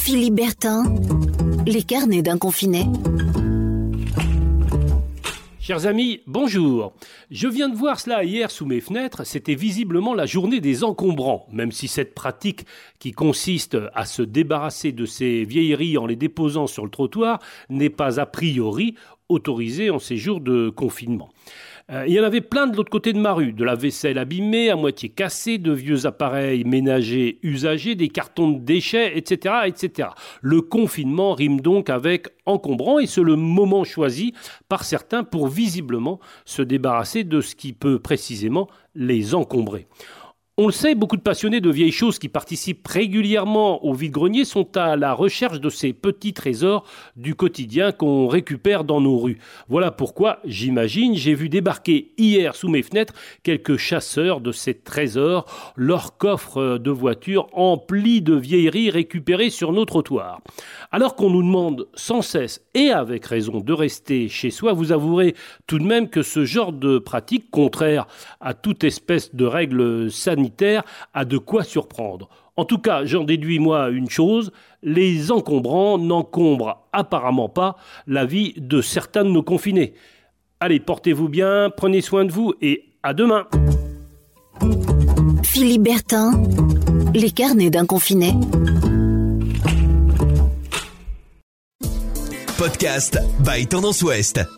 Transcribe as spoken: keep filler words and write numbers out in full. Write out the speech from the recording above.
Philippe Bertin, les carnets d'un confiné. Chers amis, bonjour. Je viens de voir cela hier sous mes fenêtres, c'était visiblement la journée des encombrants, même si cette pratique qui consiste à se débarrasser de ces vieilleries en les déposant sur le trottoir n'est pas a priori autorisée en ces jours de confinement. Euh, il y en avait plein de l'autre côté de ma rue, de la vaisselle abîmée, à moitié cassée, de vieux appareils ménagers usagés, des cartons de déchets, et cetera, et cetera. Le confinement rime donc avec encombrant et c'est le moment choisi par certains pour visiblement se débarrasser de ce qui peut précisément les encombrer. On le sait, beaucoup de passionnés de vieilles choses qui participent régulièrement au vide-grenier sont à la recherche de ces petits trésors du quotidien qu'on récupère dans nos rues. Voilà pourquoi, j'imagine, j'ai vu débarquer hier sous mes fenêtres quelques chasseurs de ces trésors, leurs coffres de voitures emplis de vieilleries récupérées sur nos trottoirs. Alors qu'on nous demande sans cesse, et avec raison, de rester chez soi, vous avouerez tout de même que ce genre de pratique, contraire à toute espèce de règle sanitaire, a de quoi surprendre. En tout cas, j'en déduis moi une chose, les encombrants n'encombrent apparemment pas la vie de certains de nos confinés. Allez, portez-vous bien, prenez soin de vous et à demain. Philippe Bertin, les carnets d'un confiné. Podcast by Tendance Ouest.